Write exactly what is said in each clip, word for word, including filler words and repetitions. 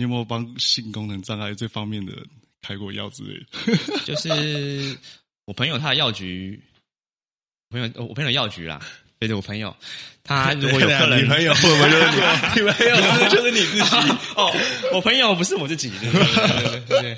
你有没有帮性功能障碍这方面的人开过药之类的？ 就是我朋友他的药局，我朋友我朋友的药局啦，对对，我朋友他如果有客人， 你朋友会不会就是你？你朋友是不是就是你自己？ 哦，我朋友不是我自己，对对对对对。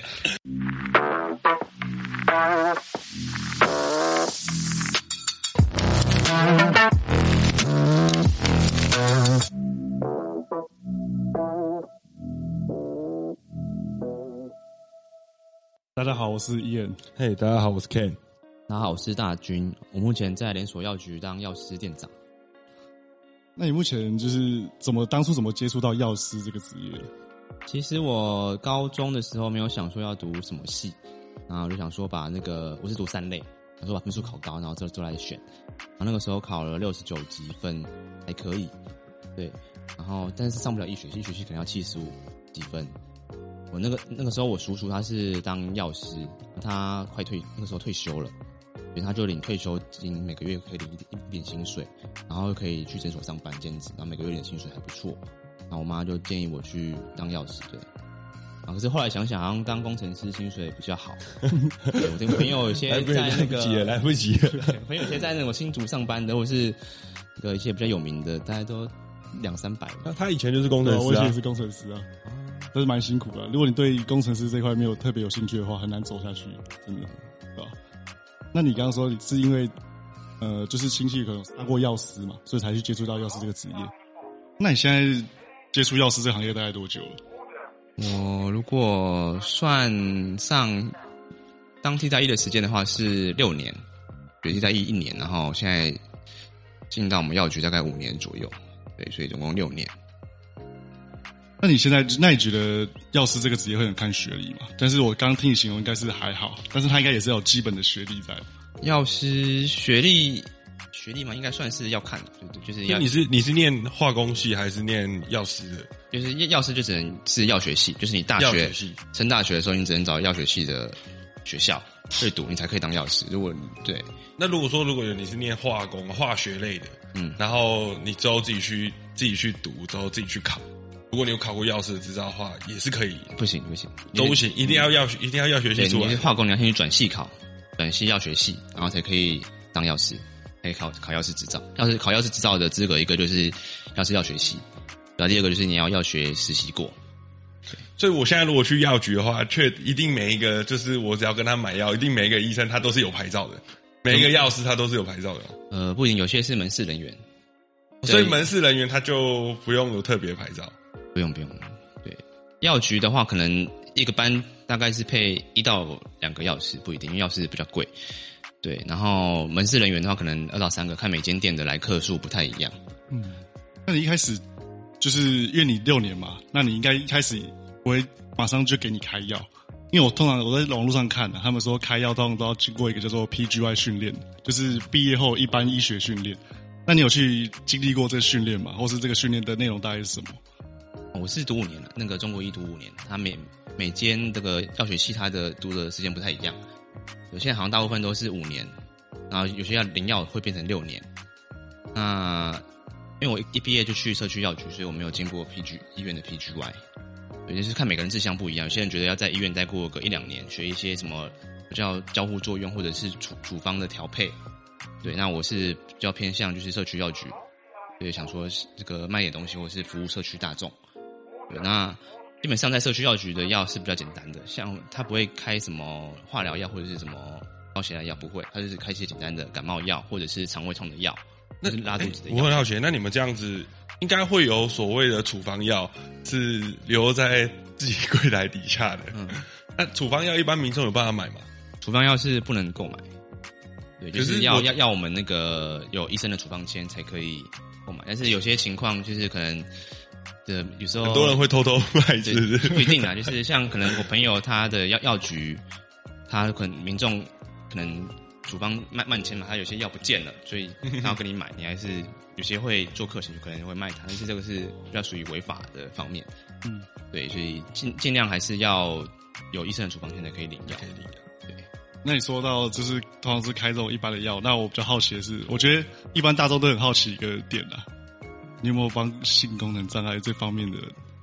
大家好，我是 Ian。 嘿、hey, 大家好，我是 Ken。 大家好，我是大军。我目前在连锁药局当药师店长。 那你目前就是怎么当初怎么接触到药师这个职业？ 其实我高中的时候没有想说要读什么系，然后就想说把那个我是读三类，想说把分数考高，然后这就来选。然后那个时候考了六十九级分，还可以，对。然后但是上不了医学系，医学系可能要七十五几分。我那个那个时候我叔叔他是当药师，他快退那个时候退休了，所以他就领退休金，每个月可以领一一点薪水，然后可以去诊所上班兼职，然后每个月领的薪水还不错。然后我妈就建议我去当药师，对。啊，可是后来想想，好像当工程师薪水比较好。对，我这个朋友有些在那个来不及了，来不及了。 朋友有些在那种新竹上班的，或是那个一些比较有名的，大家都两三百。 那他以前就是工程师、啊， 我以前也是工程师啊。都是蛮辛苦的。如果你对工程师这块没有特别有兴趣的话，很难走下去，真的，对吧？那你刚刚说是因为，呃，就是亲戚可能当过药师嘛，所以才去接触到药师这个职业。那你现在接触药师这个行业大概多久了？ 我如果算上当替代役的时间的话，是六年，对，替代役一年，然后现在进到我们药局大概五年左右，对，所以总共六年。 那你现在，那你觉得药师这个职业会很看学历吗？但是我刚刚听你形容应该是还好，但是他应该也是有基本的学历在。 药师学历，学历嘛，应该算是要看的，就是要。 你是你是念化工系还是念药师的？ 就是药师就只能是药学系，就是你大学升大学的时候，你只能找药学系的学校去读，你才可以当药师。如果你对， 那如果说如果有你是念化工、化学类的，嗯，然后你之后自己去自己去读，之后自己去考。如果你有考过药师的执照的话，也是可以。 不行不行， 都不行，一定要药学，一定要药学系出来。 你是化工，你要先去转系考，转系药学系，然后才可以当药师，可以考考药师执照。药师考药师执照的资格，一个就是药师药学系，然后第二个就是你要药学实习过。 所以我现在如果去药局的话，却一定每一个就是我只要跟他买药，一定每一个医生他都是有牌照的，每一个药师他都是有牌照的。 呃，不一定，有些是门市人员， 所以门市人员他就不用有特别牌照。 不用不用，对，药局的话，可能一个班大概是配一到两个药师，不一定，因为药师比较贵。对，然后门市人员的话，可能二到三个，看每间店的来客数不太一样。 嗯，那你一开始就是因为你六年嘛，那你应该一开始不会马上就给你开药，因为我通常我在网络上看的，他们说开药通常都要经过一个叫做 P G Y 训练，就是毕业后一般医学训练。那你有去经历过这个训练吗？或是这个训练的内容大概是什么？ 我是读五年了，那个中国医读五年，他每每间这个药学系他的读的时间不太一样，有些好像大部分都是五年，然后有些要领药会变成六年。那因为我一毕业就去社区药局，所以我没有经过 P G 医院的 P G Y， 也就是看每个人志向不一样，有些人觉得要在医院待过个一两年，学一些什么比较交互作用或者是处处方的调配。对，那我是比较偏向就是社区药局，对，想说这个卖点东西或是服务社区大众。对，那基本上在社区药局的药是比较简单的，像他不会开什么化疗药或者是什么高血压药，不会，他就是开一些简单的感冒药或者是肠胃痛的药，那是拉肚子的药。 我很好奇，那你们这样子应该会有所谓的处方药是留在自己柜台底下的。嗯，那处方药一般民众有办法买吗？ 处方药是不能购买，对，就是要要要我们那个有医生的处方签才可以购买，但是有些情况就是可能。的有时候很多人会偷偷买，是不是？ 不一定啦，就是像可能我朋友他的药药局，他可能民众可能处方慢慢签嘛，他有些药不见了，所以他要跟你买，你还是有些会做客情，可能会卖他，但是这个是比较属于违法的方面。嗯，对，所以尽尽量还是要有医生的处方签才可以领药。可以领药。对。 那你说到就是通常是开这种一般的药，那我比较好奇的是，我觉得一般大众都很好奇一个点啦。你有没有帮性功能障碍这方面的人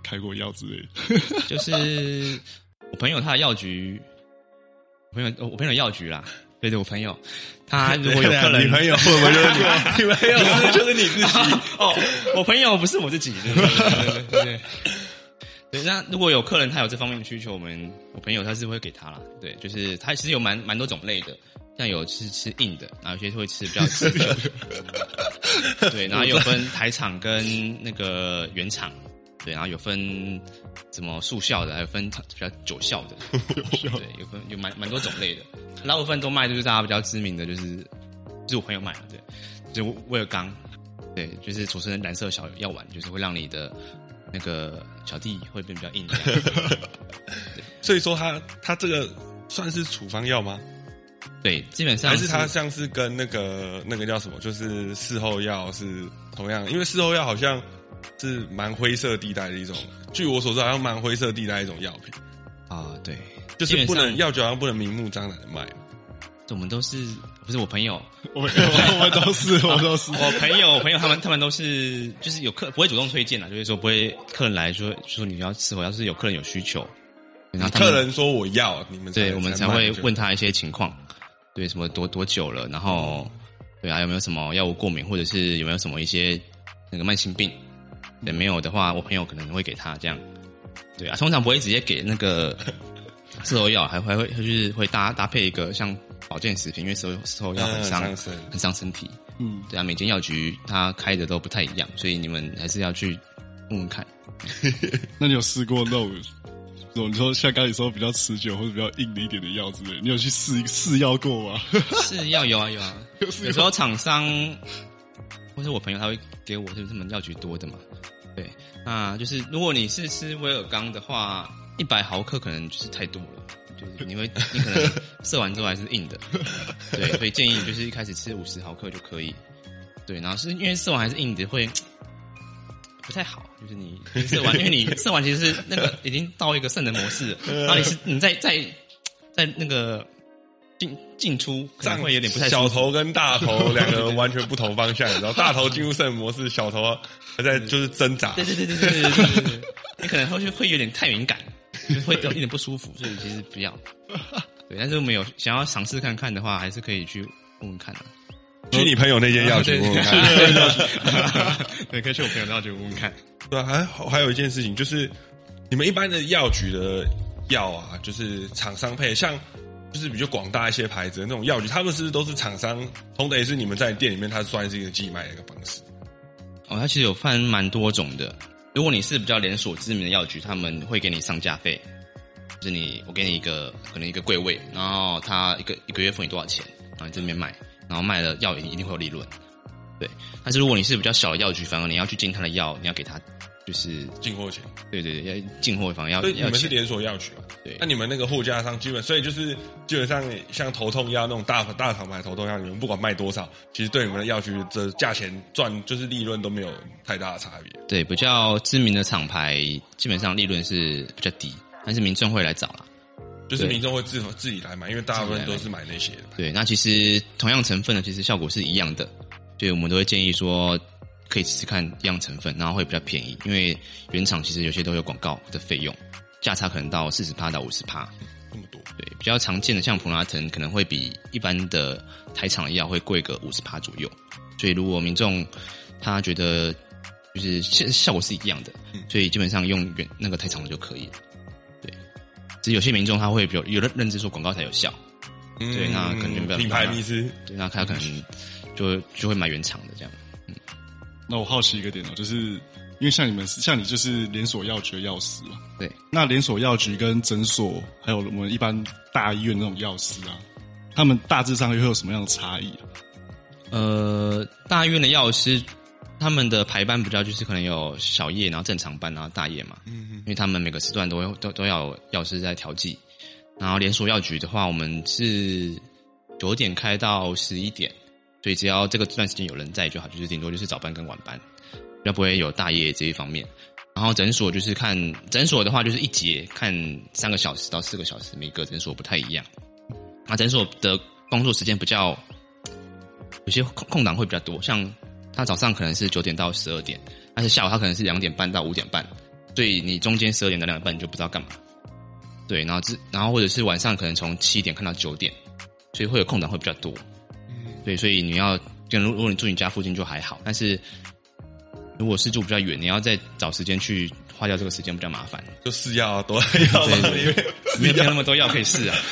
开过药之类的？ 就是我朋友他的药局，我朋友我朋友的药局啦，对对，我朋友他如果有客人， 你朋友会不会就是你？你朋友是不是就是你自己？ 哦，我朋友不是我自己，对对对对对。对，那如果有客人他有这方面的需求，我们我朋友他是会给他啦。对，就是他其实有蛮蛮多种类的，像有吃吃硬的，然后有些会吃比较持久的。对，然后有分台厂跟那个原厂，对，然后有分什么速效的，还有分比较久效的，对，有分有蛮蛮多种类的。大部分都卖就是大家比较知名的，就是就是我朋友卖的，对，就是威尔刚，对，就是主持人蓝色小药丸，就是会让你的那个小弟会变比较硬的。 所以说他他这个算是处方药吗？ 对，基本上还是它像是跟那个那个叫什么，就是事后药是同样，因为事后药好像是蛮灰色地带的一种，据我所知好像蛮灰色地带的一种药品啊，对， 就是不能药局好像不能明目张胆的卖。 我们都是不是我朋友， 我们我们都是我们都是我朋友我朋友他们他们都是就是有客不会主动推荐啦，就是说不会客人来说说你要吃，我要是有客人有需求，然后他们客人说我要，你们对我们才会问他一些情况。对，什么多多久了？然后，对啊，有没有什么药物过敏，或者是有没有什么一些那个慢性病？对，没有的话，我朋友可能会给他这样。对啊，通常不会直接给那个事后药，还还会就是会搭搭配一个像保健食品，因为事后事后药很伤、嗯、很伤身体。嗯，对啊，每间药局它开的都不太一样，所以你们还是要去问问看。 那你有试过肉？你说像刚才你说比较持久或者比较硬的一点的药之类，你有去试试药过吗？ 试药有啊有啊，有时候厂商或是我朋友他会给我，就是他们药局多的嘛。对，那就是如果你是吃威尔刚的话，一百毫克可能就是太多了，就是你会你可能射完之后还是硬的。对，所以建议就是一开始吃五十毫克就可以。对，然后是因为射完还是硬的会不太好，就是你射完，因为你射完其实是那个已经到一个圣人模式了，然后你是你在在在那个进进出可能会有点不太舒服， 小头跟大头两个完全不同方向，然后大头进入圣人模式，小头还在就是挣扎。 对对对对对对对对对，你可能会会有点太敏感，就会有点不舒服，所以其实不要。对，但是我们有想要尝试看看的话，还是可以去问问看的。 去你朋友那间药局问问看， 对，可以去我朋友的药局问问看。 对啊，还还有一件事情就是，你们一般的药局的药啊，就是厂商配，像就是比较广大一些牌子的那种药局，他们是不是都是厂商，同等于是你们在店里面，它算是一个寄卖的一个方式。 哦，它其实有分蛮多种的。如果你是比较连锁知名的药局，他们会给你上架费，就是你我给你一个可能一个柜位，然后他一个一个月付你多少钱，然后你这边卖。然后卖的药一定会有利润，对。但是如果你是比较小的药局，反而你要去进他的药，你要给他就是进货钱。 对对对，要进货反而要。 所以你们是连锁药局嘛？ 对。 那你们那个货架上基本，所以就是基本上像头痛药那种大大厂牌头痛药，你们不管卖多少，其实对你们的药局的价钱赚就是利润都没有太大的差别。 对，比较知名的厂牌基本上利润是比较低，但是民众会来找啦。 就是民众会自自己来买，因为大部分都是买那些的。 对，那其实同样成分的，其实效果是一样的，所以我们都会建议说，可以试试看一样成分，然后会比较便宜，因为原厂其实有些都有广告的费用，价差可能到四十趴到五十趴， 那么多。 对，比较常见的像普拉腾可能会比一般的台厂的药会贵个五十趴左右，所以如果民众他觉得就是效果是一样的，所以基本上用原那个台厂的就可以了。只是有些民众他会有有认知说广告才有效，嗯、对，那可能品牌迷思， 对，那他可能就就会买原厂的这样。嗯， 那我好奇一个点哦，就是因为像你们像你就是连锁药局的药师嘛， 对， 那连锁药局跟诊所还有我们一般大医院那种药师啊，他们大致上又会有什么样的差异啊？ 呃，大医院的药师。他们的排班比较就是可能有小夜，然后正常班，然后大夜嘛。嗯嗯。因为他们每个时段都会都都要有药师在调剂。然后连锁药局的话，我们是九点开到十一点，所以只要这个段时间有人在就好，就是顶多就是早班跟晚班，比较不会有大夜这一方面。然后诊所就是看诊所的话，就是一节看三个小时到四个小时，每个诊所不太一样。那诊所的工作时间比较有些空空档会比较多，像。他早上可能是九点到十二点，但是下午他可能是两点半到五点半， 所以你中间十二点到两点半你就不知道干嘛。对，然后之然后或者是晚上可能从七点看到九点，所以会有空档会比较多。对，所以你要，如果你住你家附近就还好，但是如果是住比较远，你要再找时间去花掉这个时间比较麻烦。 就试药啊，多药嘛，里面没有那么多药可以试啊。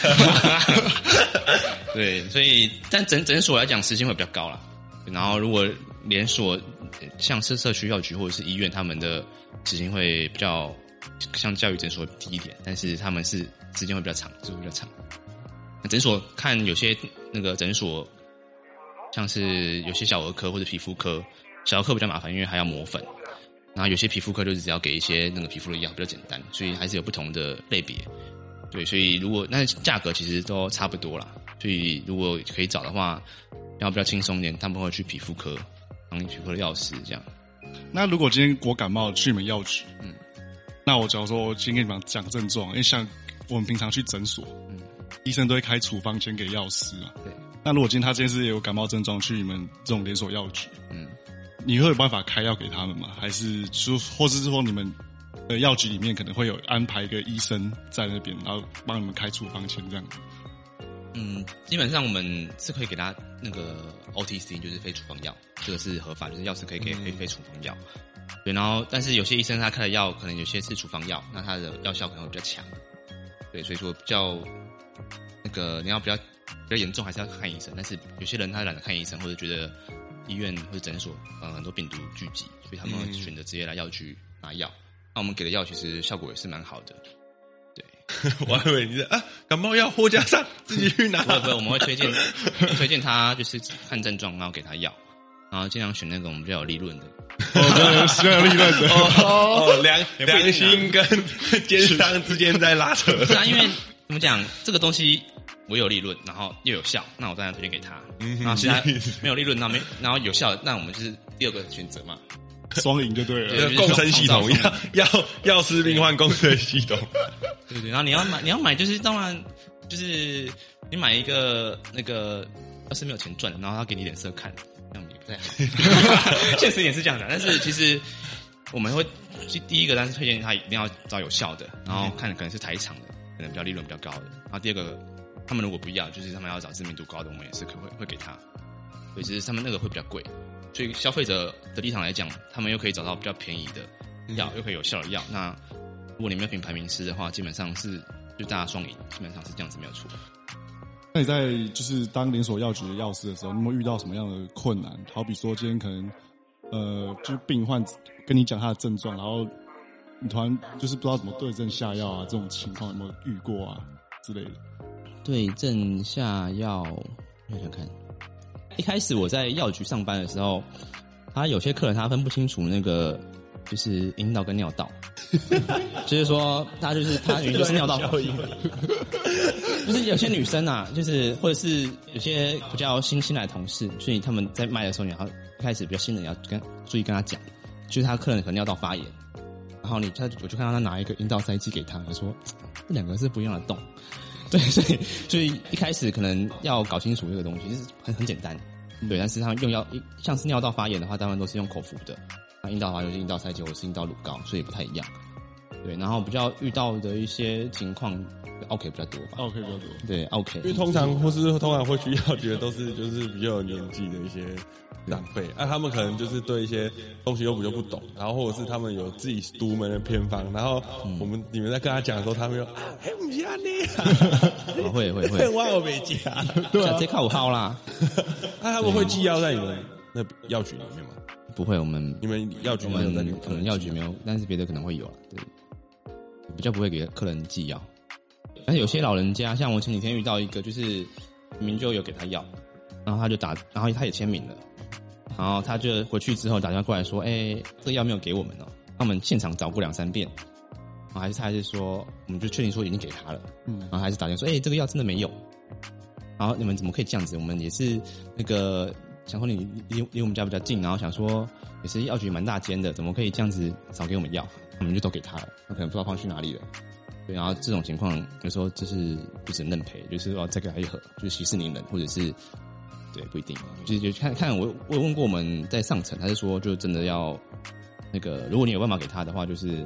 对，所以但诊诊所来讲时薪会比较高啦。然后如果连锁像是社区药局或者是医院，他们的时薪会比较像教育诊所低一点，但是他们是时间会比较长，就会比较长。诊所看有些那个诊所。像是有些小儿科或者皮肤科，小儿科比较麻烦，因为还要磨粉。然后有些皮肤科就是只要给一些那个皮肤的药，比较简单，所以还是有不同的类别。对，所以如果那价格其实都差不多啦。所以如果可以找的话，要比较轻松一点，他们会去皮肤科当皮肤科的药师这样。 那如果今天我感冒去你们药局，嗯，那我假如说我今天跟你们讲症状，因为像我们平常去诊所，嗯，医生都会开处方签给药师嘛，对。那如果今天他这件事也有感冒症状，去你们这种连锁药局，嗯，你会有办法开药给他们吗？还是说，或是说你们的药局里面可能会有安排一个医生在那边，然后帮你们开处方签这样子？ 嗯，基本上我们是可以给他那个 O T C， 就是非处方药，这个是合法，就是药师可以给非非处方药。对，然后但是有些医生他开的药可能有些是处方药，那他的药效可能会比较强。对，所以说比较那个你要比较。比较严重还是要看医生，但是有些人他懒得看医生，或者觉得医院或者诊所呃很多病毒聚集，所以他们会选择直接来药局拿药。那我们给的药其实效果也是蛮好的。对， 我还以为你是啊感冒药货架上自己去拿， 不会不会，我们会推荐推荐他就是看症状，然后给他药，然后尽量选那个我们比较有利润的。 哦，对，比较有利润的。 哦，良良心跟奸商之间在拉扯。 是啊，因为怎么讲，这个东西。我有利润，然后又有效，那我当然推荐给他。嗯、然后其他没有利润，然后没然后有效，那我们就是第二个选择嘛， 双赢就对了。 就是、共生系统，药药药师病患共生系统。 对对，然后你要买，你要买就是当然就是你买一个那个要是没有钱赚，然后他给你脸色看，这样也不太好。现实一点是这样的，但是其实我们会第一个，但是推荐他一定要找有效的，然后看可能是台厂的，可能比较利润比较高的，然后第二个。他们如果不要，就是他们要找知名度高的，我们也是可会会给他。所以只是他们那个会比较贵，所以消费者的立场来讲，他们又可以找到比较便宜的药，嗯、又可以有效的药。那如果你没有品牌名师的话，基本上是就大家双赢，基本上是这样子没有错。 那你在就是当连锁药局的药师的时候，你有没有遇到什么样的困难？好比说今天可能呃，就是病患跟你讲他的症状，然后你突然就是不知道怎么对症下药啊，这种情况有没有遇过啊之类的？ 对症下药，我想看。一开始我在药局上班的时候，他有些客人他分不清楚那个就是阴道跟尿道，就是说他就是他原就是尿道，就是有些女生啊，就是或者是有些比较新新来的同事，所以他们在卖的时候，你要一开始比较新的，你要跟注意跟他讲，就是他客人可能尿道发炎，然后你他我就看到他拿一个阴道塞剂给他，他说这两个是不一样的洞。对，所以所以一开始可能要搞清楚这个东西，就是很很简单，对。但是他们用药，像是尿道发炎的话，当然都是用口服的；那阴道发炎就是阴道塞剂或是阴道乳膏，所以不太一样。对，然后比较遇到的一些情况 ，OK 比较多吧 ，OK 比较多， 对 OK。 因为通常或是通常会去药局的都是就是比较有年纪的一些长辈，啊，他们可能就是对一些东西又比较不懂，然后或者是他们有自己独门的偏方，然后我们、嗯、你们在跟他讲的时候，他们又啊，还不是安尼啊， 会会会， 我有没加， 对啊，这靠我号啦。 那、啊、他们会寄药在你们那药局里面吗？ 不会，我们你们药局没有在你们可能药局没有，但是别的可能会有啦，对，比较不会给客人寄药。但是有些老人家，像我前几天遇到一个，就是明明就有给他药，然后他就打，然后他也签名了。然后他就回去之后打电话过来说：“哎、欸，这个药没有给我们哦。”他们现场找过两三遍，然后还是他还是说，我们就确定说已经给他了。嗯，然后还是打电话说：“哎、欸，这个药真的没有。”然后你们怎么可以这样子？我们也是那个想说你离离我们家比较近，然后想说也是药局蛮大间的，怎么可以这样子少给我们药？我们就都给他了，他可能不知道放去哪里了。对，然后这种情况有时候就是不只能认赔，就是说再给他一盒，就是息事宁人，或者是。对，不一定，就是就看看我，我有问过我们在上层，他是说就真的要那个，如果你有办法给他的话，就是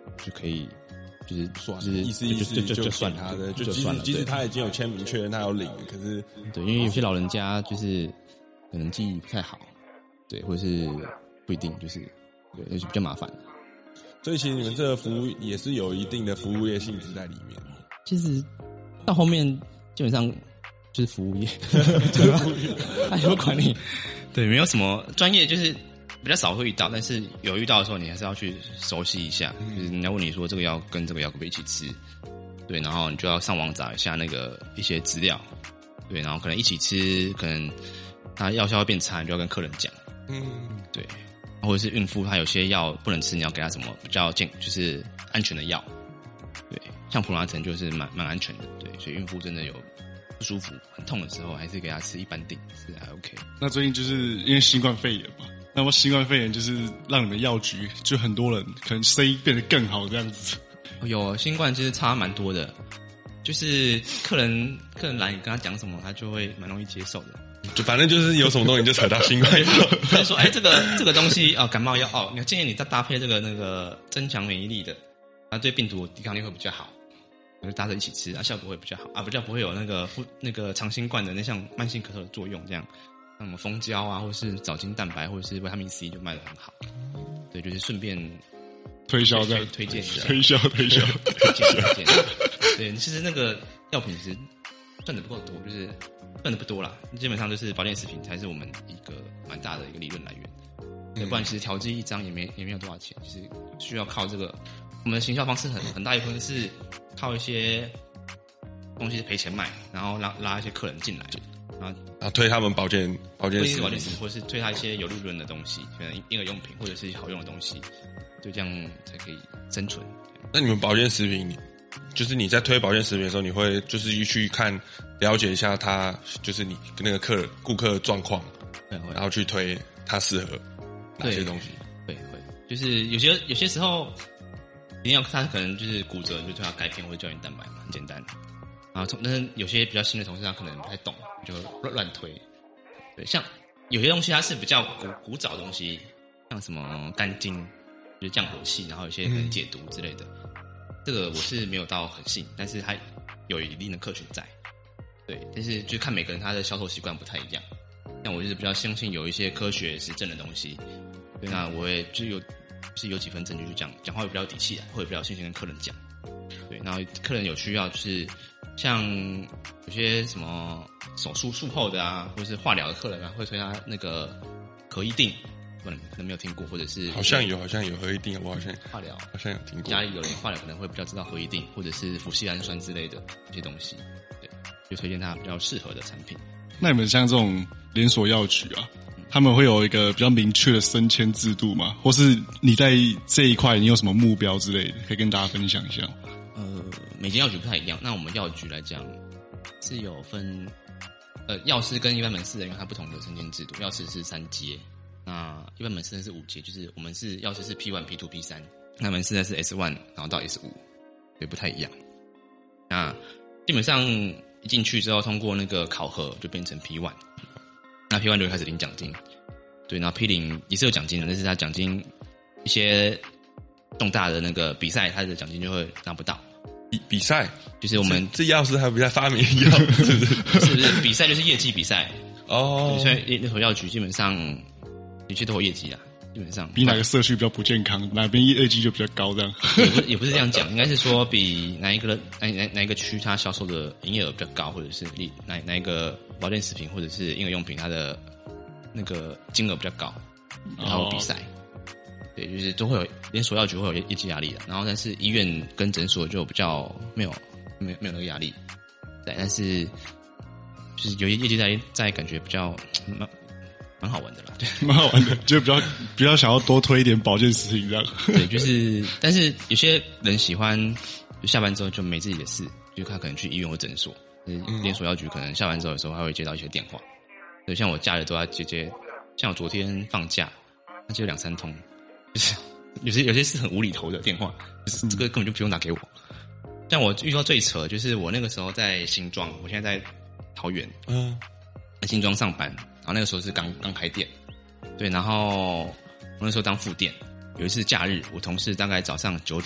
就可以就是算就是意思意思就就就就算他的， 就就即算了对使即使他已经有签名确认他有领，可是对，因为有些老人家就是可能记忆不太好，对，或者是不一定，就是对，而且比较麻烦。 所以其实你们这个服务也是有一定的服务业性质在里面。 其实到后面基本上就是服务业，服务业还有管理，对，没有什么专业，就是比较少会遇到，但是有遇到的时候，你还是要去熟悉一下。就是人家问你说这个药跟这个药可不可以一起吃，对，然后你就要上网找一下那个一些资料，对，然后可能一起吃，可能它药效会变差，你就要跟客人讲， 嗯， 对。或者是孕妇，她有些药不能吃，你要给她什么比较健，就是安全的药。对，像普拉腾就是蛮蛮安全的，对，所以孕妇真的有不舒服、很痛的时候，还是给她吃一般定是还 OK。 那最近就是因为新冠肺炎嘛，那么新冠肺炎就是让你们药局就很多人可能生意变得更好这样子。 有新冠其实差蛮多的，就是客人客人来，你跟他讲什么，他就会蛮容易接受的。 就反正就是有什么东西就扯到新冠药， 他就说：“哎、欸，这个这个东西哦，感冒药哦，你建议你再搭配这个那个增强免疫力的，啊，对病毒抵抗力会比较好，就搭着一起吃，啊，效果会比较好啊，比较不会有那个那个长新冠的那像慢性咳嗽的作用这样。像什么蜂胶啊，或是藻精蛋白，或者是维他命 C 就卖得很好。对，就是顺便推销这样推荐一下， 推销推销推荐推荐。对，其实那个药品其实赚的不够多，就是赚的不多啦，基本上就是保健食品才是我们一个蛮大的一个利润来源。对，不然其实调剂一张也没也没有多少钱，其实需要靠这个我们的行销方式很很大一部分是靠一些东西赔钱卖，然后拉拉一些客人进来，然后然后推他们保健保健食品， 或是推他一些有利润的东西，可能婴儿用品或者是好用的东西，就这样才可以生存。 那你们保健食品，就是你在推保健食品的时候，你会就是去看了解一下他就是你那个客人顾客的状况，然后去推他适合哪些东西？ 会会，就是有些有些时候，你要他可能就是骨折，就推他钙片或者胶原蛋白嘛，很简单。然后但是有些比较新的同事他可能不太懂，就乱乱推。对，像有些东西它是比较古古早的东西，像什么肝经，就是降火气，然后有些可能解毒之类的。嗯，这个我是没有到很信，但是它有一定的客群在。对，但是就看每个人他的销售习惯不太一样。像我就是比较相信有一些科学实证的东西，对，那我会就有就是有几分证据去讲，讲话会比较有底气啊，会比较有信心跟客人讲。对，然后客人有需要就是像有些什么手术术后的啊，或是化疗的客人啊，会推他那个可一定，可能可能没有听过，或者是好像有好像有合一定，我好像化疗好像有听过， 家里有人化疗可能会比较知道合一定，或者是辅系氨酸之类的一些东西，对，就推荐他比较适合的产品。 那你们像这种连锁药局啊，他们会有一个比较明确的升迁制度吗？或是你在这一块你有什么目标之类的，可以跟大家分享一下？ 呃，每间药局不太一样。那我们药局来讲是有分，呃，药师跟一般门市人员它不同的升迁制度。药师是三阶，那一般门市是五阶，就是我们是药师是 P 一 P 二 P 三，那门市呢是 S 一 然后到 S 五，对，不太一样。那基本上一进去之后通过那个考核就变成 P 一，那 P 一 就会开始领奖金，对，然后 P 零 也是有奖金的，但是它奖金一些重大的那个比赛，它的奖金就会拿不到。 比比赛就是我们这药师还不在发明药，是不是？ 是不是比赛就是业绩比赛哦？ 所以那所药局基本上的确都有业绩啊，基本上比哪个社区比较不健康，哪边业绩就比较高，这样也不也不是这样讲，应该是说比哪一个哪哪哪一个区它销售的营业额比较高，或者是哪哪一个保健食品或者是婴儿用品它的那个金额比较高，然后比赛。哦，对，就是都会有连锁药局会有业绩压力的，然后但是医院跟诊所就比较没有没有没有那个压力，对，但是就是有业绩在在感觉比较蛮蛮好玩的啦，对， 蛮好玩的，就比较比较想要多推一点保健食品这样。 对，就是但是有些人喜欢就下班之后就没自己的事，就他可能去医院或诊所，就是连锁药局可能下班之后有时候还会接到一些电话，对，像我假日都要接接，像我昨天放假，那接了两三通。就是有些有些是很无厘头的电话，就是这个根本就不用打给我。像我遇到最扯，就是我那个时候在新庄，我现在在桃园，嗯，在新庄上班，然后那个时候是刚刚开店，对，然后我那时候当副店。有一次假日，我同事大概早上九点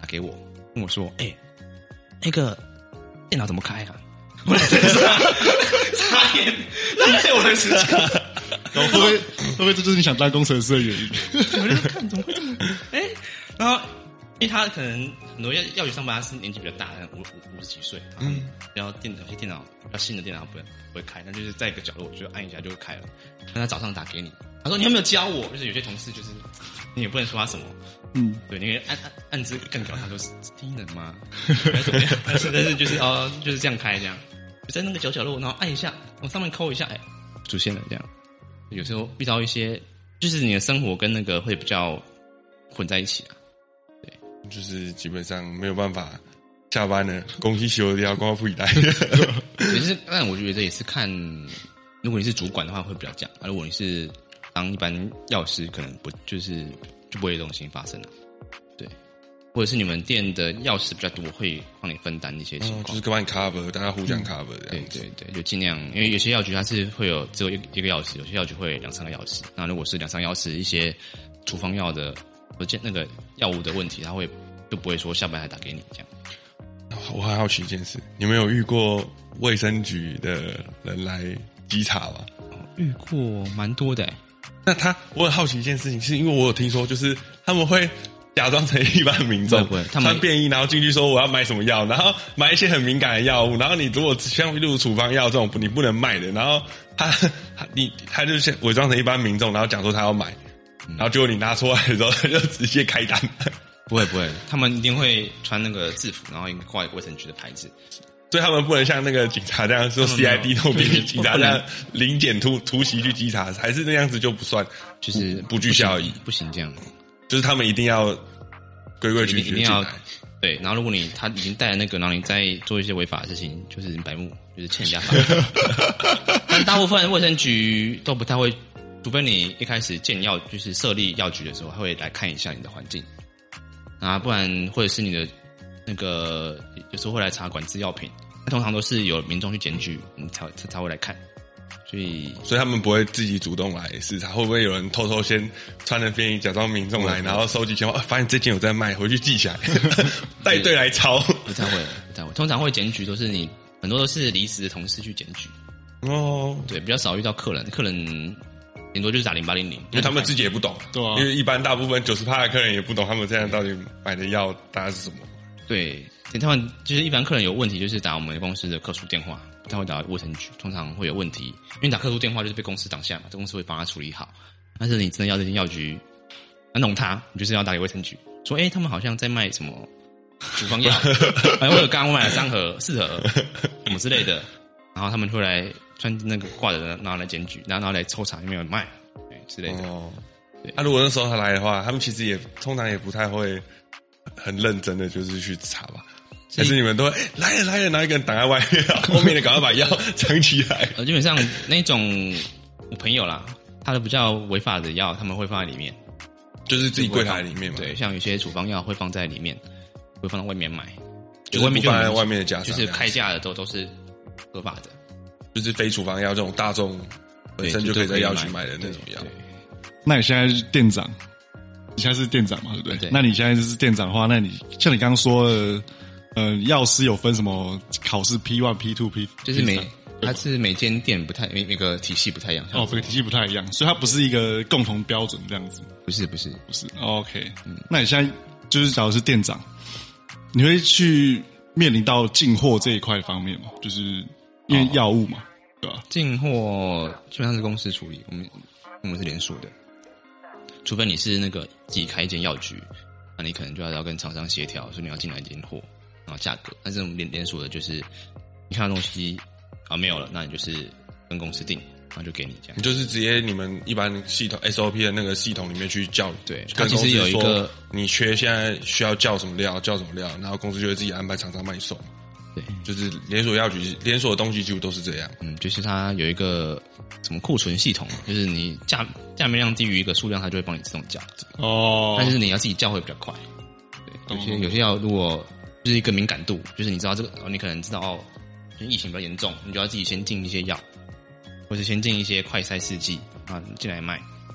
打给我，跟我说：“哎、欸，那个电脑怎么开啊？”我在这上差点浪费我的时间。 然后会不会会不会这就是你想当工程师的原因？ 我就看怎么会这么哎、欸，然后因为他可能很多药药局上班，他是年纪比较大，五五五十几岁，嗯，然后电有些电脑比较新的电脑不会不会开，那就是在一个角落就按一下就会开了。那他早上打给你，他说你有没有教我？就是有些同事就是你也不能说他什么，嗯，对，你可以暗暗暗自更表他说是低能吗？还是怎么样？但是但是就是哦就是这样开这样，就在那个角角落，然后按一下，往上面抠一下，哎、欸，出现了这样。有时候遇到一些，就是你的生活跟那个会比较混在一起啊。对， 就是基本上没有办法下班了，公司休掉，光复一代。 其实，但我觉得这也是看，如果你是主管的话会比较讲，啊，如果你是当一般药师，可能不就是就不会有这种事情发生了、啊。对，或者是你们店的药师比较多，会帮你分担一些情况、嗯， 就是跟你 cover， 大家互相 cover 这样子。 对对对，就尽量，因为有些药局它是会有只有一一个药师，有些药局会有两三个药师。那如果是两三个药师，一些处方药的或者那个药物的问题，他会就不会说下班还打给你这样。 我很好奇一件事，你们有遇过卫生局的人来稽查吗？ 哦、遇过蛮多的、欸。 那他，我很好奇一件事情，是因为我有听说，就是他们会假装成一般民众， 他们穿便衣，然后进去说我要买什么药，然后买一些很敏感的药物，然后你如果像例如处方药这种你不能卖的，然后他他你他就伪装成一般民众，然后讲说他要买，然后结果你拿出来的时候，他就直接开单。 不会不会，他们一定会穿那个制服，然后应该挂卫生局的牌子， 所以他们不能像那个警察这样说 C I D 那种便衣警察这样零检突突袭去稽查，还是那样子就不算， 就是不具效益， 不行这样， 就是他们一定要规规矩矩进来。 对，然后如果你他已经带了那个，然后你再做一些违法的事情，就是白目，就是欠人家罚。但大部分卫生局都不太会，除非你一开始建药就是设立药局的时候，他会来看一下你的环境。啊，不然或者是你的那个有时候会来查管制药品，那通常都是有民众去检举，你才才才会来看，所以所以他们不会自己主动来视察，会不会有人偷偷先穿着便衣假装民众来，然后收集情况、啊，发现这件有在卖，回去记起来，带队来抄？ 不太会，不太会，通常会检举都是你很多都是离职的同事去检举哦， 对，比较少遇到客人，客人。顶多就是打零八零零， 因为他们自己也不懂， 对啊， 因为一般大部分九十趴的客人也不懂他们这样到底买的药大概是什么。 对，他们就是一般客人有问题，就是打我们公司的客诉电话，他会打卫生局，通常会有问题，因为打客诉电话就是被公司挡下嘛，这公司会帮他处理好。但是你真的要这间药局要弄他，你就是要打给卫生局，说哎、欸，他们好像在卖什么处方药，哎，我有刚刚买了三盒、四盒什么之类的，然后他们会来。穿那个挂着，然后来检举，然后来抽查有没有卖，对之类的。哦，对。 那、啊、如果那时候他来的话，他们其实也通常也不太会很认真的，就是去查吧。但是你们都会、欸、来了来了，然后一个人挡在外面，后面的赶快把药藏起来。 呃，基本上那种我朋友啦，他的比较违法的药，他们会放在里面， 就是自己柜台里面嘛。 对，像有些处方药会放在里面，会放到外面买， 就是不放在外面的架上， 就是开价的都都是合法的。 就是非处方药这种大众本身就可以在药局买的那种药。 那你现在是店长，你现在是店长嘛，对不对？ 对。 那你现在是店长的话，那你像你刚刚说的，呃，药师有分什么考试 P 一、P 二、P， 就是每它是每间店不太每每个体系不太一样。 哦，每个体系不太一样，所以它不是一个共同标准这样子。 不是不是不是。OK，嗯，那你现在就是假如是店长，你会去面临到进货这一块方面吗？就是。因为药物嘛，对吧？ 进货基本上是公司处理，我们我们是连锁的，除非你是那个自己开一间药局，那你可能就要要跟厂商协调，说你要进来进货，然后价格。但是我们连连锁的，就是你看到东西啊没有了，那你就是跟公司订，然后就给你这样。 你就是直接你们一般系统 S O P 的那个系统里面去叫， 对，它其实有一个你缺现在需要叫什么料，叫什么料，然后公司就会自己安排厂商帮你送。 对， 就是连锁药局，连锁的东西几乎都是这样。 嗯，就是它有一个什么库存系统，就是你价价面量低于一个数量，它就会帮你自动叫。哦，但是你要自己叫会比较快。对，有些有些药如果就是一个敏感度，就是你知道这个，你可能知道哦，疫情比较严重，你就要自己先进一些药，或者先进一些快筛试剂啊进来卖，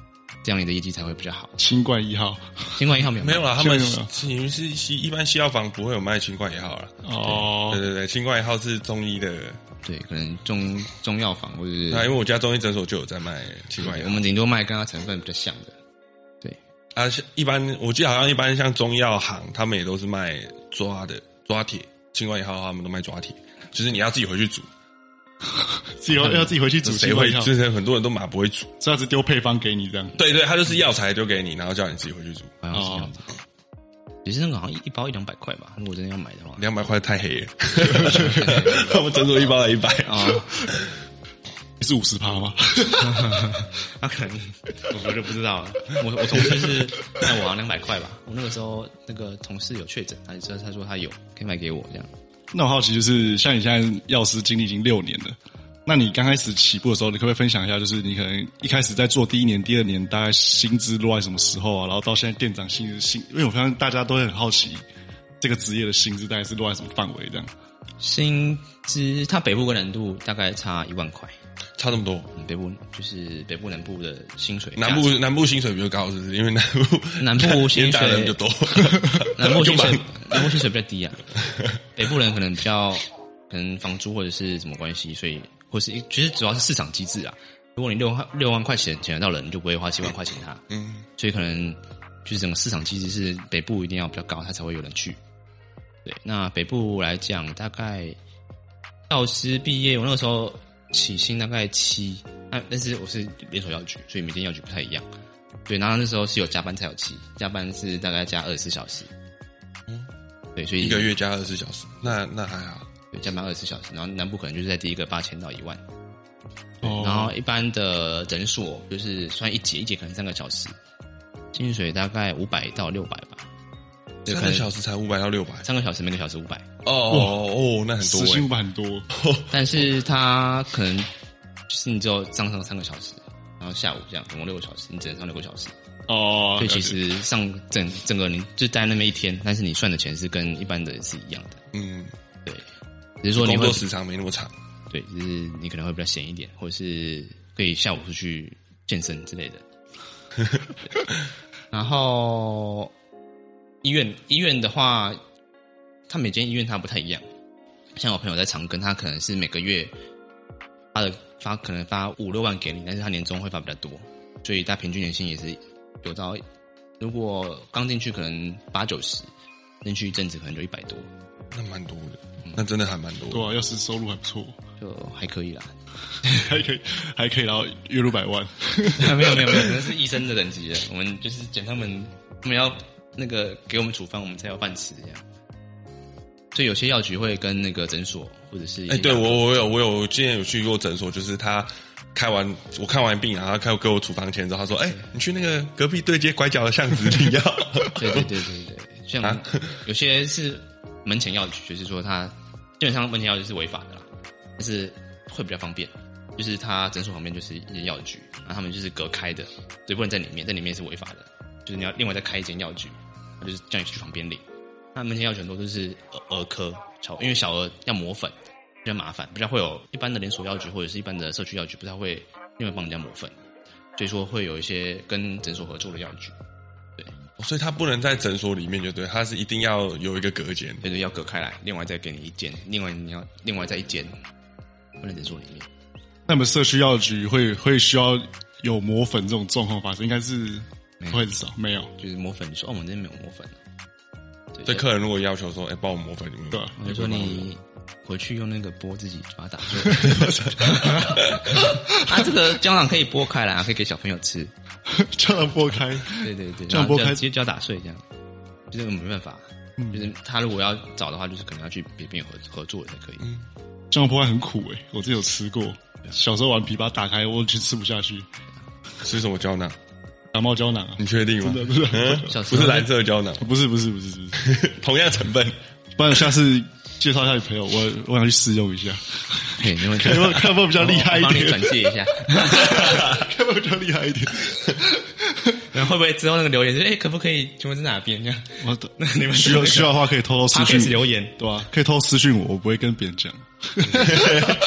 这样你的业绩才会比较好。 清冠一号， 清冠一号没有没有啦，他们没有你们是西一般西药房不会有卖清冠一号啦。 哦， 对对对，清冠一号是中医的。 对，可能中中药房或者是那因为我家中医诊所就有在卖清冠一号， 我们顶多卖跟它成分比较像的。对啊，一般我记得好像一般像中药行，他们也都是卖抓的抓铁，清冠一号他们都卖抓铁，就是你要自己回去煮， 自己要要自己回去煮， 谁会？就是很多人都马不会煮， 这样子丢配方给你这样。 对对，他就是药材丢给你，然后叫你自己回去煮。 好像是这样子。其实那个好像一包一两百块吧，如果真的要买的话， 两百块太黑了。他们诊所一包才一百啊， 是五十趴吗？ 那可能我就不知道了。我我同事是卖我好像两百块吧，我那个时候那个同事有确诊，他说他说他有可以卖给我这样。 那我好奇就是，像你现在药师经历已经六年了，那你刚开始起步的时候，你可不可以分享一下，就是你可能一开始在做第一年、第二年，大概薪资落在什么时候啊？然后到现在店长薪资薪，因为我发现大家都会很好奇这个职业的薪资大概是落在什么范围这样。 薪资它北部跟南部大概差一万块， 差这么多。 北部就是北部南部的薪水， 南部南部薪水比较高，是不是？因为南部南部薪水人就多， 南部薪水南部薪水比较低啊。北部人可能比较可能房租或者是什么关系，所以或是其实主要是市场机制啊。如果你六万六万块钱请得到人，你就不会花七万块请他。嗯，所以可能就是整个市场机制是北部一定要比较高，他才会有人去。对，那北部来讲，大概药师毕业，我那个时候起薪大概七，那但是我是连锁药局，所以每间药局不太一样。对，然后那时候是有加班才有七，加班是大概加二十四小时。嗯，对，所以一个月加二十四小时，那那还好。 对，加班二十四小时，然后南部可能就是在第一个八千到一万。 哦， 然后一般的诊所就是算一节，一节可能三个小时，薪水大概五百到六百吧。 三个小时才五百到六百， 三个小时每个小时五百。 哦哦哦，那很多、欸， 时薪五百很多。 但是他可能就是你只有上上三个小时，然后下午这样总共六个小时，你只能上六个小时。 哦， 所以其实上整整个你就待那么一天，但是你算的钱是跟一般的是一样的。嗯，对，只是说你会工作时长没那么长。 对，就是你可能会比较闲一点，或者是可以下午出去健身之类的。然后医院医院的话，他每间医院它不太一样。像我朋友在长庚，他可能是每个月发的发可能发五六万给你，但是他年终会发比较多，所以他平均年薪也是有到，如果刚进去可能八九十，进去一阵子可能就一百多， 那蛮多的，嗯、那真的还蛮多的。 对啊，要是收入还不错， 就还可以啦， 还可以还可以，然后月入百万。 没有没有没有，那是医生的等级的，我们就是讲他们他们要那个给我们处方，我们才有饭吃这样。所以有些药局会跟那个诊所或者是哎、欸，对我我有我有之前有去过诊所，就是他开完我看完病，然后他开给我处方签之后，他说：“哎、欸，你去那个隔壁对街拐角的巷子领药。” 对对对对对，像、啊、有些是门前药局，就是说他基本上门前药局是违法的啦，但是会比较方便，就是他诊所旁边就是一间药局，然后他们就是隔开的，所以不能在里面，在里面是违法的，就是你要另外再开一间药局，他就是叫你去旁边领。那门前药局很多都是儿科，因为小儿要磨粉比较麻烦，比较会有一般的连锁药局或者是一般的社区药局不太会另外帮人家磨粉，所以说会有一些跟诊所合作的药局。对， 所以他不能在诊所里面就对，他是一定要有一个隔间， 对对，要隔开来，另外再给你一间，另外你要另外再一间，不能诊所里面。 那么社区药局会会需要有磨粉这种状况发生，应该是会很少，没有， 就是磨粉，你说哦，我们这边没有磨粉。 对，客人如果要求说，哎、欸，帮我磨粉，你们对， 我就说你回去用那个钵自己把它打碎。啊，这个胶囊可以剥开来，可以给小朋友吃。 胶囊剥开， 对对对， 胶囊剥开直接胶打碎这样，就是没办法，嗯、就是他如果要找的话，就是可能要去别边合合作才可以。嗯， 胶囊剥开很苦诶、欸，我之前有吃过，小时候顽皮把它打开，我其实吃不下去。 吃什么胶囊？ 感冒胶囊啊？ 你确定吗？ 真的真的、 嗯，不是蓝色胶囊， 不是不是不是不是， 同样成分。 不然下次介绍一下你朋友，我我想去试用一下， 对，你们看有看有没有比较厉害一点， 帮你转介一下， 看有没有比较厉害一点。 然后会不会之后那个留言是哎、欸，可不可以请问是哪边这样？ 我那你们需要需要的话可以偷偷私讯留言， 对吧、啊？可以偷偷私讯我，我不会跟别人讲。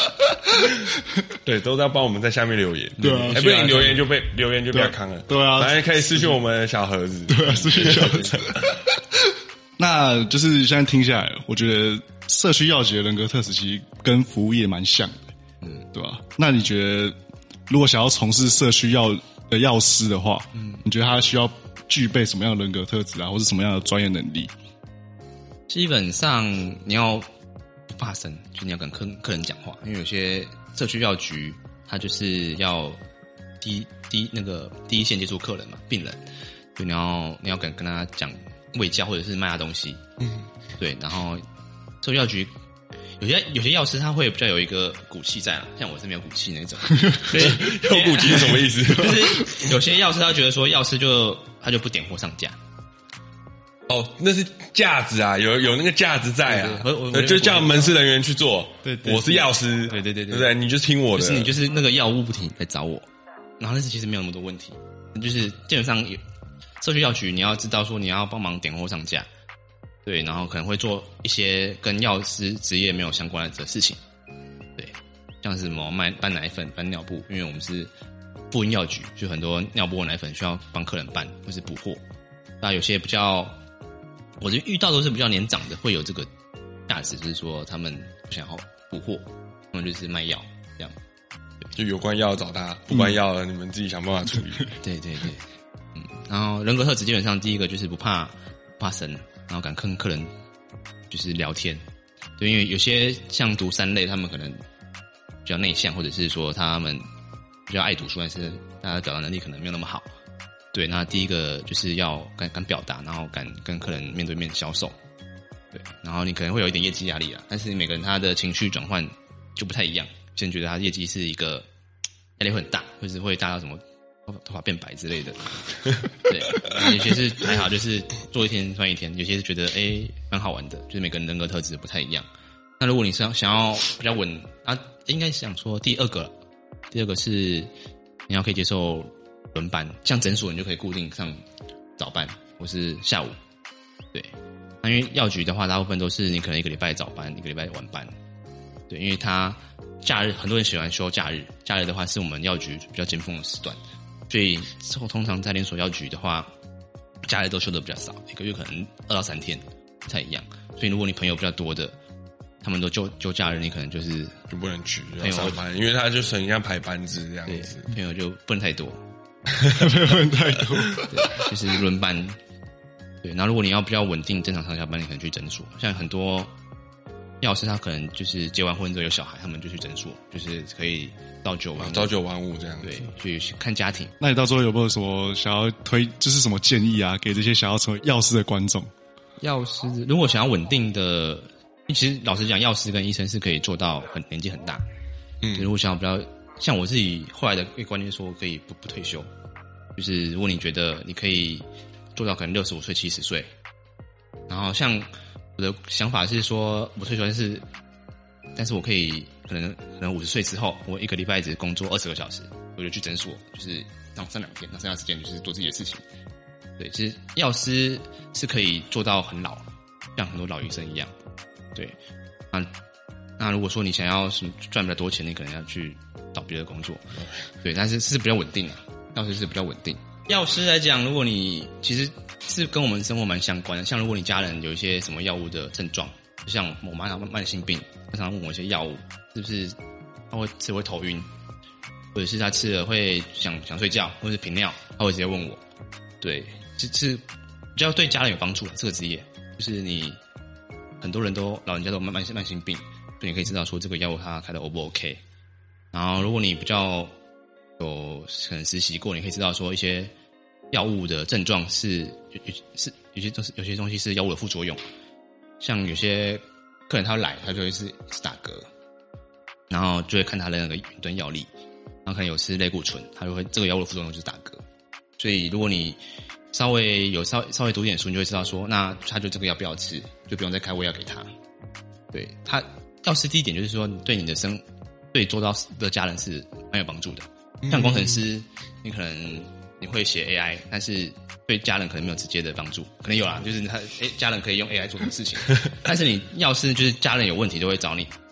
对，都在帮我们在下面留言。 对啊， 哎，不然留言就被留言就被他扛了。 对啊， 来可以私讯我们的小盒子。 对啊，私讯小盒子。那就是现在听下来，我觉得社区药局的人格特质其实跟服务业蛮像的，嗯，对吧？那你觉得，如果想要从事社区药的药师的话，嗯，你觉得他需要具备什么样的人格特质啊，或是什么样的专业能力？ 基本上你要不怕生，就你要跟客客人讲话，因为有些社区药局，它就是要第一第一那个第一线接触客人嘛，病人，就你要你要跟跟他讲卫教或者是卖他东西，嗯，对，然后社区药局有些有些药师他会比较有一个骨气在啦，像我是没有骨气那种，对， 有骨气是什么意思？ 就是有些药师他觉得说药师就他就不点货上架。 哦，那是架子啊，有有那个架子在啊， 对对对， 就叫门市人员去做。 对， 对， 对， 我是药师， 对对对对， 对不对？你就听我的， 就是你就是那个药物不停来找我，然后但是其实没有那么多问题，就是基本上有社区药局你要知道说你要帮忙点货上架，对，然后可能会做一些跟药师职业没有相关的事情，对，像是什么卖搬奶粉、搬尿布，因为我们是妇婴药局，就很多尿布、奶粉需要帮客人搬或是补货，那有些比较。我觉得遇到都是比较年长的，会有这个价值，就是说他们不想要补货，他们就是卖药这样。 就有关药找他，不关药了、嗯、你们自己想办法处理。 对对对，嗯。然后人格特质基本上第一个就是不怕不怕生，然后敢跟客人就是聊天。对，因为有些像读三类，他们可能比较内向，或者是说他们比较爱读书，但是大家表达能力可能没有那么好。对，那第一个就是要敢敢表达，然后敢跟客人面对面销售。对，然后你可能会有一点业绩压力啦，但是每个人他的情绪转换就不太一样。有些人觉得他业绩是一个压力会很大，或是会大到什么头发变白之类的。对，有些是还好，就是做一天算一天；有些是觉得哎蛮好玩的，就是每个人人格特质不太一样。那如果你是想要比较稳啊，应该想说第二个，第二个是你要可以接受。轮班，像诊所你就可以固定上早班或是下午，对。那因为药局的话，大部分都是你可能一个礼拜早班，一个礼拜晚班，对。因为它假日很多人喜欢休假日，假日的话是我们药局比较尖峰的时段，所以通常在连锁药局的话，假日都休的比较少，一个月可能二到三天，不太一样。所以如果你朋友比较多的，他们都休休假日，你可能就是就不能去要上班，因为他就很像排班制这样子， 朋友就不能太多。 没有问太多， 对，就是轮班。对，然后如果你要比较稳定正常上下班，你可能去诊所。像很多药师他可能就是结完婚之后有小孩，他们就去诊所，就是可以朝九晚五， 朝九晚五这样子。 对，去看家庭。 那你到时候有没有什么想要推，就是什么建议啊，给这些想要成为药师的观众？ 药师如果想要稳定的，其实老实讲，药师跟医生是可以做到很年纪很大。嗯，如果想要比较。像我自己后来的一个观念说，可以不不退休，就是如果你觉得你可以做到可能六十五岁、七十岁，然后像我的想法是说，我退休但是，但是我可以可能可能五十岁之后，我一个礼拜只工作二十个小时，我就去诊所，就是上上两天，那剩下时间就是做自己的事情。对，其实药师是可以做到很老，像很多老医生一样。对，那那如果说你想要什么赚比较多钱，你可能要去找别的工作，对，但是是比较稳定的，药师是比较稳定。药师来讲，如果你其实是跟我们生活蛮相关的，像如果你家人有一些什么药物的症状，就像我妈妈慢性病，她常常问我一些药物是不是她会吃会头晕，或者是她吃了会想想睡觉，或者是频尿，她会直接问我。对，就是比较对家人有帮助的这个职业，就是你很多人都老人家都慢慢慢性病，所以你可以知道说这个药物它开的 O 不 OK。然后如果你比较有可能实习过，你可以知道说一些药物的症状是有有是有些东西有些东西是药物的副作用，像有些客人他来他就会是是打嗝，然后就会看他的那个云端药力，然后可能有吃类固醇，他就会这个药物的副作用就是打嗝。所以如果你稍微有稍稍微读点书，你就会知道说，那他就这个药不要吃，就不用再开胃药给他。对，他药师第一点就是说，对你的生对周遭的家人是蛮有帮助的。像工程师，你可能你会写 A I， 但是对家人可能没有直接的帮助，可能有啦，就是他诶家人可以用 A I 做什么事情，但是你药师就是家人有问题就会找你，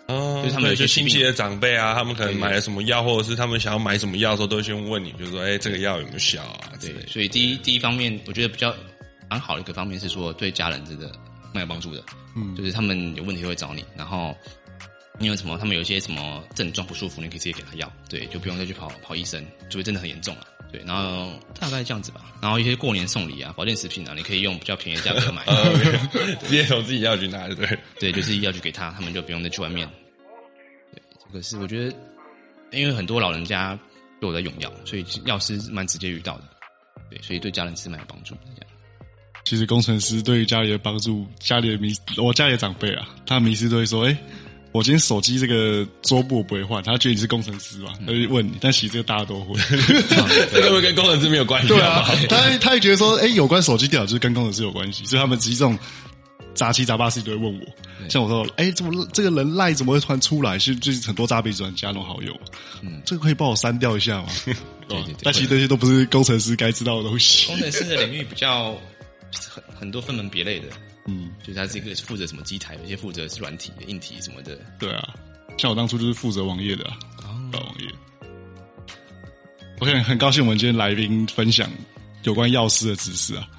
哦， 就是他们有些就亲戚的长辈啊，他们可能买了什么药，或者是他们想要买什么药的时候，都会先问你，就是说，哎，这个药有没有效啊？ 对，所以第一第一方面，我觉得比较蛮好的一个方面是说，对家人真的蛮有帮助的。嗯，就是他们有问题会找你，然后你有什么，他们有一些什么症状不舒服，你可以直接给他药，对，就不用再去跑跑医生，除非真的很严重了。对，然后大概这样子吧。然后一些过年送礼啊、保健食品啊，你可以用比较便宜的价格买， 直接从自己药局拿，对对，就是药局给他，他们就不用再去外面。对，这个是我觉得，因为很多老人家都有在用药，所以药师蛮直接遇到的。对，所以对家人是蛮有帮助的。这样， 其实工程师对于家里的帮助，家里的迷，我家里的长辈啊，他迷失都会说，哎、欸。我今天手机这个桌布我不会换，他觉得你是工程师嘛，他就问你，但其实这个大家都会， 这个会跟工程师没有关系。 对啊，他他会觉得说，哎、欸，有关手机电脑就是跟工程师有关系，所以他们其实这种杂七杂八事情都会问我。像我说，哎、欸，怎么这个人赖怎么会突然出来？其实最近很多诈骗集团加那种好友，嗯，这个可以帮我删掉一下吗？对对对，但其实这些都不是工程师该知道的东西。 工程师的领域比较很很多分门别类的。嗯，就是他这个负责什么机台，有些负责是软体的、硬体什么的。 对啊，像我当初就是负责网页的啊，搞、哦、网页。OK， 很高兴我们今天来宾分享有关药师的知识啊。